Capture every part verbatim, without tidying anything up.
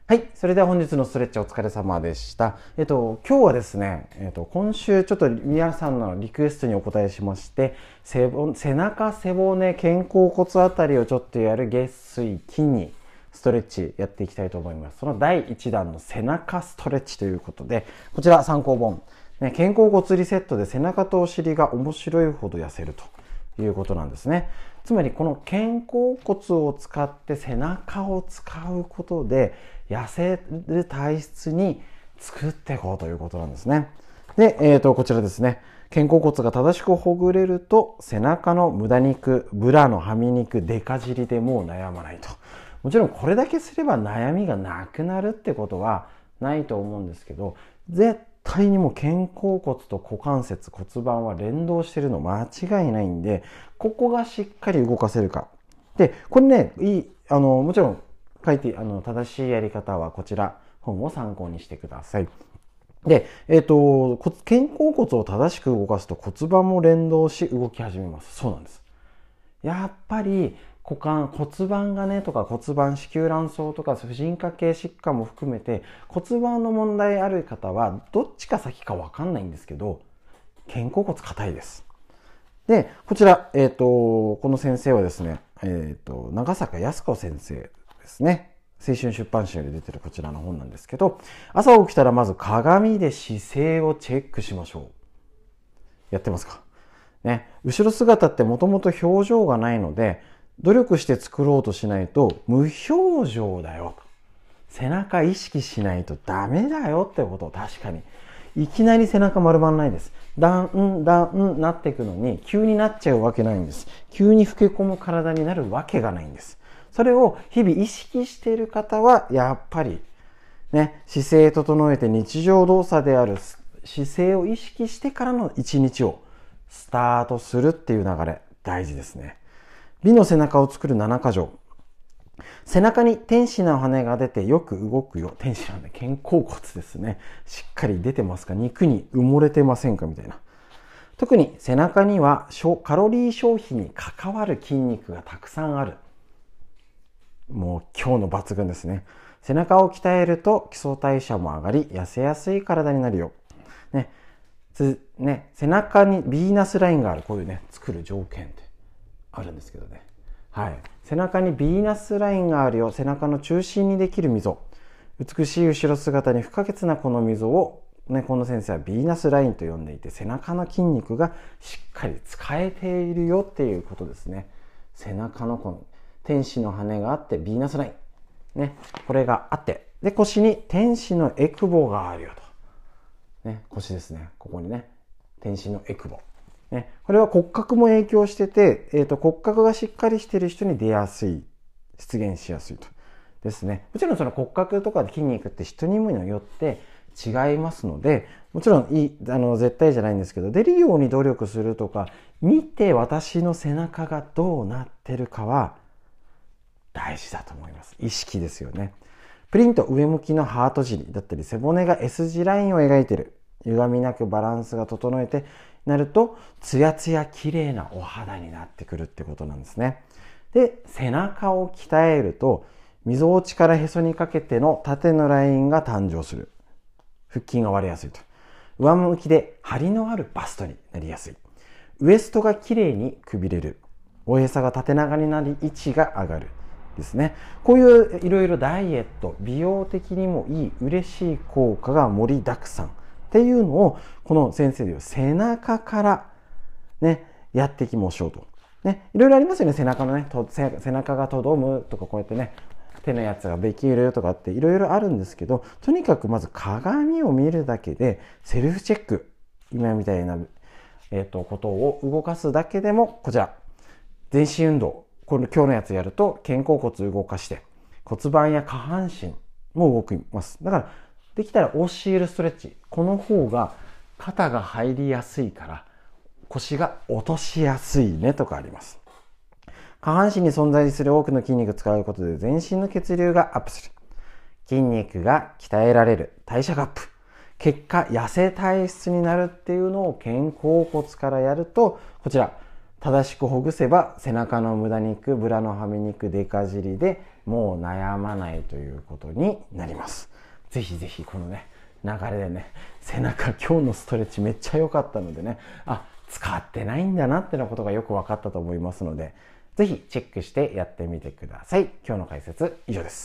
はい。それでは本日のストレッチお疲れ様でした。えっと、今日はですね、えっと、今週ちょっと皆さんのリクエストにお答えしまして、背背中、背骨、肩甲骨あたりをちょっとやる月水金にストレッチやっていきたいと思います。そのだいいちだんの背中ストレッチということで、こちら参考本。ね、肩甲骨リセットで背中とお尻が面白いほど痩せるということなんですね。つまりこの肩甲骨を使って背中を使うことで痩せる体質に作っていこうということなんですね。で、えーと、こちらですね。肩甲骨が正しくほぐれると背中の無駄肉、ブラのはみ肉、デカ尻でもう悩まないと。もちろんこれだけすれば悩みがなくなるってことはないと思うんですけど、絶対にもう肩甲骨と股関節、骨盤は連動してるの間違いないんで、ここがしっかり動かせるか。で、これね、いい、あの、もちろん書いて、あの、正しいやり方はこちら、本を参考にしてください。で、えっと、肩甲骨を正しく動かすと骨盤も連動し動き始めます。そうなんです。やっぱり股間、骨盤がねとか骨盤子宮卵巣とか婦人科系疾患も含めて骨盤の問題ある方はどっちか先か分かんないんですけど、肩甲骨硬いです。で、こちら、えっと、この先生はですね、えっと、長坂康子先生ですね。青春出版社より出てるこちらの本なんですけど、朝起きたらまず鏡で姿勢をチェックしましょう。やってますかね。後ろ姿ってもともと表情がないので、努力して作ろうとしないと無表情だよ。背中意識しないとダメだよってことを確かに。いきなり背中丸まんないです。だんだんなっていくのに急になっちゃうわけないんです。急に老け込む体になるわけがないんです。それを日々意識している方はやっぱりね、姿勢整えて日常動作である姿勢を意識してからの一日をスタートするっていう流れ大事ですね。美の背中を作るななか条。背中に天使の羽が出てよく動くよ。天使の羽、肩甲骨ですね。しっかり出てますか？肉に埋もれてませんかみたいな。特に背中にはカロリー消費に関わる筋肉がたくさんある。もう今日の抜群ですね。背中を鍛えると基礎代謝も上がり痩せやすい体になるよ。ね、つね、背中にヴィーナスラインがある、こういうね作る条件ってあるんですけどね。はい、背中にヴィーナスラインがあるよ。背中の中心にできる溝。美しい後ろ姿に不可欠なこの溝をね、この先生はヴィーナスラインと呼んでいて、背中の筋肉がしっかり使えているよっていうことですね。背中のこの天使の羽があってヴィーナスライン、ね、これがあって、で腰に天使のエクボがあるよと、ね、腰ですね。ここにね天使のエクボ、ね、これは骨格も影響してて、えーと、骨格がしっかりしている人に出やすい、出現しやすいとですね。もちろんその骨格とか筋肉って人にもよって違いますので、もちろんいいあの絶対じゃないんですけど、出るように努力するとか、見て私の背中がどうなってるかは大事だと思います。意識ですよね。プリント上向きのハート尻だったり、背骨が S 字ラインを描いている、歪みなくバランスが整えてなるとツヤツヤ綺麗なお肌になってくるってことなんですね。で、背中を鍛えるとみぞおちからへそにかけての縦のラインが誕生する。腹筋が割れやすいと。上向きで張りのあるバストになりやすい。ウエストが綺麗にくびれる。おへそが縦長になり位置が上がるですね。こういういろいろダイエット、美容的にもいい嬉しい効果が盛りだくさんっていうのを、この先生でいう背中からねやっていきましょうと。ね、いろいろありますよね。背中のね、背中がとどむとか、こうやってね手のやつができるとかっていろいろあるんですけど、とにかくまず鏡を見るだけでセルフチェック、今みたいな、えー、とことを動かすだけでも、こちら全身運動、この今日のやつやると肩甲骨を動かして骨盤や下半身も動きます。だからできたらオシールストレッチ、この方が肩が入りやすいから腰が落としやすいねとかあります。下半身に存在する多くの筋肉を使うことで全身の血流がアップする。筋肉が鍛えられる。代謝がアップ。結果痩せ体質になるっていうのを肩甲骨からやると、こちら正しくほぐせば背中の無駄肉、ブラのはみ肉、デカ尻でもう悩まないということになります。ぜひぜひこのね流れでね、背中今日のストレッチめっちゃ良かったのでね、あ、使ってないんだなっていうことがよく分かったと思いますので、ぜひチェックしてやってみてください。今日の解説以上です。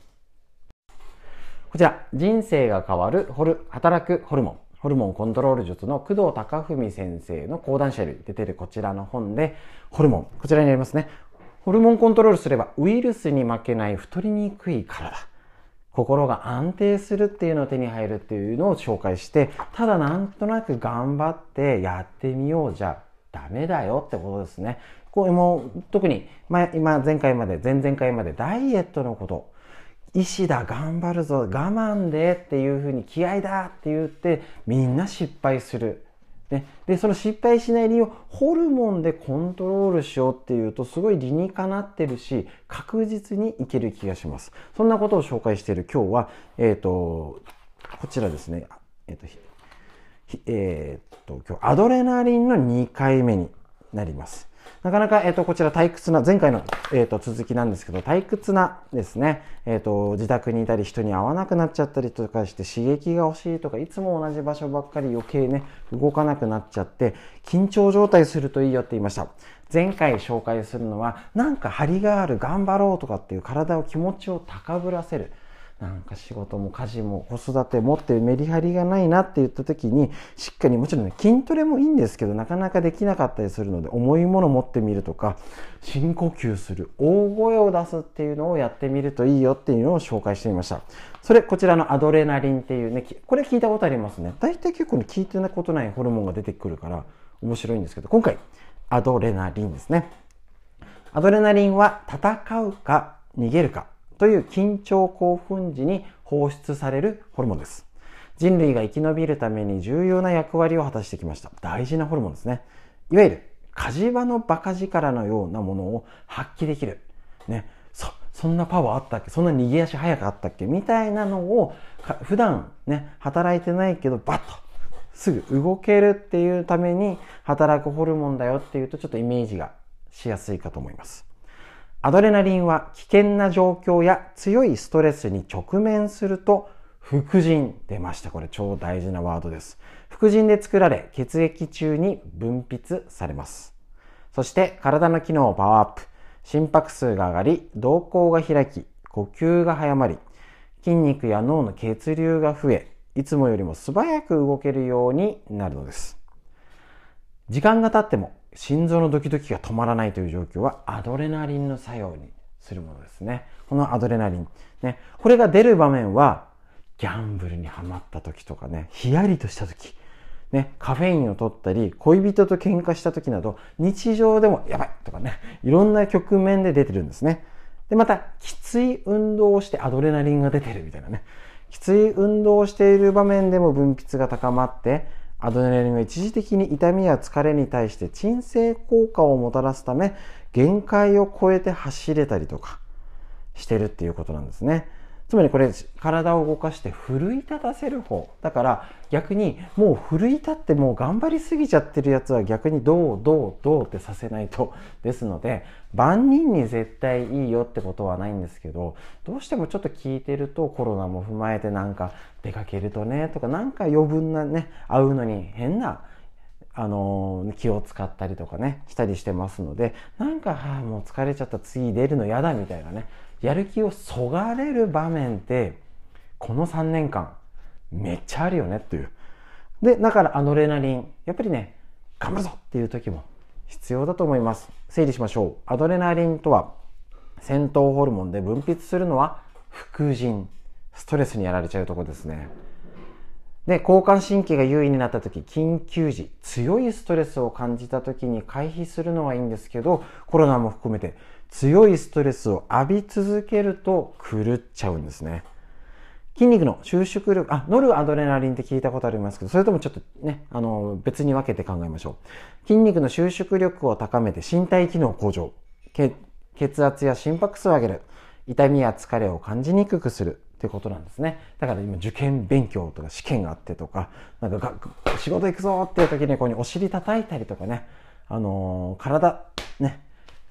こちら、人生が変わるホル働くホルモンホルモンコントロール術の工藤孝文先生の講談社より出てるこちらの本で、ホルモン、こちらにありますね。ホルモンコントロールすればウイルスに負けない太りにくい体、心が安定するっていうのを手に入るっていうのを紹介して、ただなんとなく頑張ってやってみようじゃダメだよってことですね。これも特に、まあ、今前回まで前々回までダイエットのこと、意志だ、頑張るぞ、我慢でっていうふうに気合だって言ってみんな失敗する。ね、でその失敗しない理由をホルモンでコントロールしようっていうとすごい理にかなってるし、確実にいける気がします。そんなことを紹介している今日は、えっとこちらですね、えっとえっと今日アドレナリンのにかいめになります。なかなか、えっと、こちら退屈な、前回の、えっと、続きなんですけど、退屈なですね、えっと、自宅にいたり人に会わなくなっちゃったりとかして刺激が欲しいとか、いつも同じ場所ばっかり余計ね、動かなくなっちゃって、緊張状態するといいよって言いました。前回紹介するのは、なんか張りがある、頑張ろうとかっていう体を気持ちを高ぶらせる。なんか仕事も家事も子育てもってメリハリがないなって言った時に、しっかりもちろんね、筋トレもいいんですけど、なかなかできなかったりするので、重いもの持ってみるとか、深呼吸する、大声を出すっていうのをやってみるといいよっていうのを紹介してみました。それ、こちらのアドレナリンっていうね、これ聞いたことありますね。大体結構ね、聞いてないことないホルモンが出てくるから面白いんですけど、今回、アドレナリンですね。アドレナリンは戦うか逃げるかという緊張興奮時に放出されるホルモンです。人類が生き延びるために重要な役割を果たしてきました。大事なホルモンですね。いわゆる火事場のバカ力のようなものを発揮できる。ね、そ、そんなパワーあったっけ、そんな逃げ足早かったっけみたいなのを普段ね、働いてないけどバッとすぐ動けるっていうために働くホルモンだよっていうとちょっとイメージがしやすいかと思います。アドレナリンは危険な状況や強いストレスに直面すると副腎、出ました。これ超大事なワードです。副腎で作られ血液中に分泌されます。そして体の機能をパワーアップ、心拍数が上がり、瞳孔が開き、呼吸が早まり、筋肉や脳の血流が増え、いつもよりも素早く動けるようになるのです。時間が経っても心臓のドキドキが止まらないという状況はアドレナリンの作用にするものですね。このアドレナリン。ね、これが出る場面はギャンブルにはまった時とかね、ヒヤリとした時、ね、カフェインを取ったり、恋人と喧嘩した時など、日常でもやばいとかね、いろんな局面で出てるんですね。で、また、きつい運動をしてアドレナリンが出てるみたいなね。きつい運動をしている場面でも分泌が高まって、アドレナリンは一時的に痛みや疲れに対して鎮静効果をもたらすため、限界を超えて走れたりとかしてるっていうことなんですね。つまりこれ、体を動かして奮い立たせる方。だから逆にもう奮い立ってもう頑張りすぎちゃってるやつは逆にどうどうどうってさせないと。ですので、万人に絶対いいよってことはないんですけど、どうしてもちょっと聞いてるとコロナも踏まえてなんか出かけるとねとか、なんか余分なね、会うのに変なあのー、気を使ったりとかねしたりしてますので、なんか、はあ、もう疲れちゃった、次出るの嫌だみたいなね、やる気をそがれる場面ってこのさんねんかんめっちゃあるよねっていう。で、だからアドレナリンやっぱりね、頑張るぞっていう時も必要だと思います。整理しましょう。アドレナリンとは戦闘ホルモンで、分泌するのは副腎、ストレスにやられちゃうところですね。で、交感神経が優位になった時、緊急時、強いストレスを感じた時に回避するのはいいんですけど、コロナも含めて強いストレスを浴び続けると狂っちゃうんですね。筋肉の収縮力、あ、ノルアドレナリンって聞いたことありますけど、それともちょっとね、あの、別に分けて考えましょう。筋肉の収縮力を高めて身体機能向上、血圧や心拍数を上げる、痛みや疲れを感じにくくするってことなんですね。だから今受験勉強とか試験があってとか、なんかが仕事行くぞっていう時にここにお尻叩いたりとかね、あのー、体ね、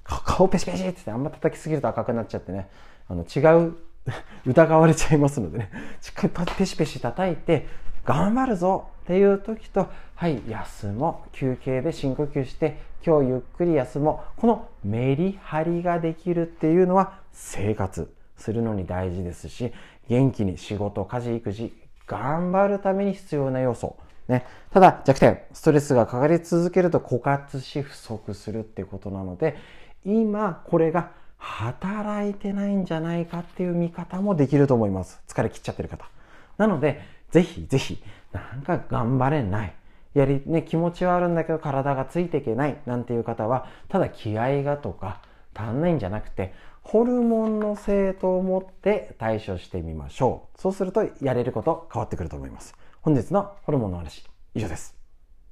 顔ペシペシってってあんま叩きすぎると赤くなっちゃってね、あの違う疑われちゃいますのでね、しっかりペシペシ叩いて頑張るぞっていう時と、はい休もう、休憩で深呼吸して今日ゆっくり休もう、このメリハリができるっていうのは生活するのに大事ですし、元気に仕事家事育児頑張るために必要な要素ね。ただ弱点、ストレスがかかり続けると枯渇し不足するっていうことなので、今これが働いてないんじゃないかっていう見方もできると思います。疲れ切っちゃってる方なので、ぜひぜひなんか頑張れない、やりね、気持ちはあるんだけど体がついていけないなんていう方は、ただ気合がとか足んないんじゃなくて、ホルモンのせいと思って対処してみましょう。そうするとやれること変わってくると思います。本日のホルモンの話、以上です。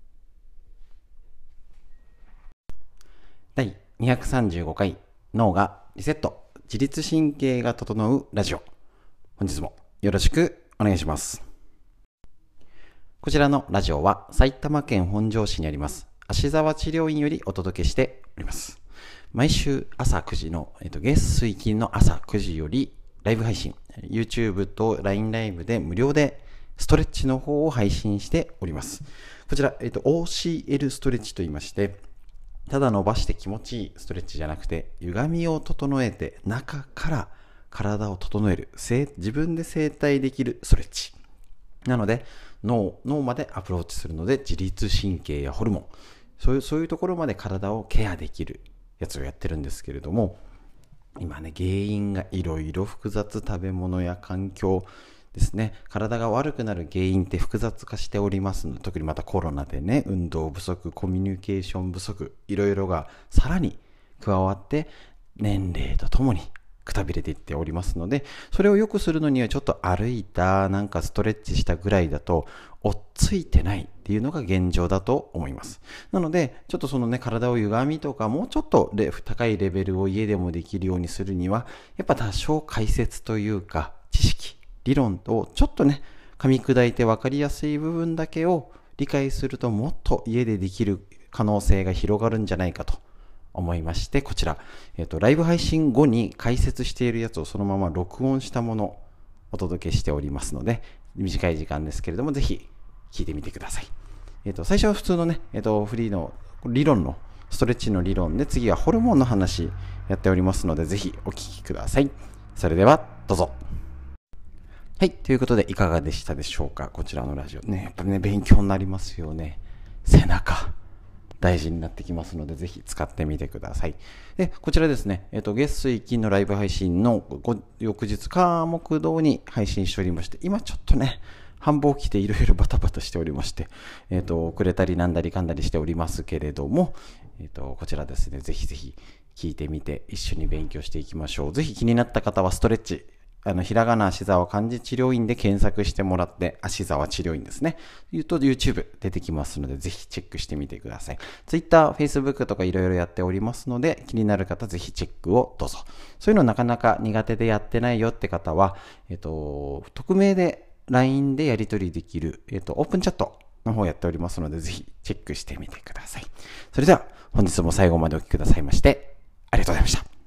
だいにひゃくさんじゅうごかい、脳がリセット、自律神経が整うラジオ。本日もよろしくお願いします。こちらのラジオは埼玉県本庄市にあります芦沢治療院よりお届けしております。毎週朝くじの、えっと、月水金の朝くじよりライブ配信、YouTube と ライン ライブで無料でストレッチの方を配信しております。こちら、えっと、オーシーエル ストレッチと言いまして、ただ伸ばして気持ちいいストレッチじゃなくて、歪みを整えて中から体を整える、自分で整体できるストレッチなので、脳脳までアプローチするので、自律神経やホルモン、そういうそういうところまで体をケアできるやつをやってるんですけれども、今ね、原因がいろいろ複雑、食べ物や環境ですね、体が悪くなる原因って複雑化しておりますので、特にまたコロナでね、運動不足、コミュニケーション不足、いろいろがさらに加わって年齢とともにくたびれていっておりますので、それを良くするのにはちょっと歩いた、なんかストレッチしたぐらいだと追っついてないっていうのが現状だと思います。なのでちょっとそのね、体を歪みとかもうちょっとレ高いレベルを家でもできるようにするには、やっぱ多少解説というか知識理論をちょっとね、噛み砕いて分かりやすい部分だけを理解すると、もっと家でできる可能性が広がるんじゃないかと思いまして、こちら、えっと、ライブ配信後に解説しているやつをそのまま録音したものをお届けしておりますので、短い時間ですけれども、ぜひ聞いてみてください。えっと、最初は普通のね、えっと、フリーの理論のストレッチの理論で、次はホルモンの話やっておりますので、ぜひお聞きください。それではどうぞ。はい。ということで、いかがでしたでしょうか。こちらのラジオね。やっぱりね、勉強になりますよね。背中。大事になってきますので、ぜひ使ってみてください。で、こちらですね、えっと、月水金のライブ配信の翌日、火木土に配信しておりまして、今ちょっとね、繁忙期でいろいろバタバタしておりまして、えっと、遅れたりなんだりかんだりしておりますけれども、えっと、こちらですね、ぜひぜひ聞いてみて、一緒に勉強していきましょう。ぜひ気になった方はストレッチ、あのひらがな芦沢漢字治療院で検索してもらって、芦沢治療院ですね、言うと YouTube 出てきますので、ぜひチェックしてみてください。Twitter、Facebook とかいろいろやっておりますので、気になる方ぜひチェックをどうぞ。そういうのなかなか苦手でやってないよって方は、えっと、匿名で ライン でやり取りできる、えっと、オープンチャットの方やっておりますので、ぜひチェックしてみてください。それでは本日も最後までお聞きくださいましてありがとうございました。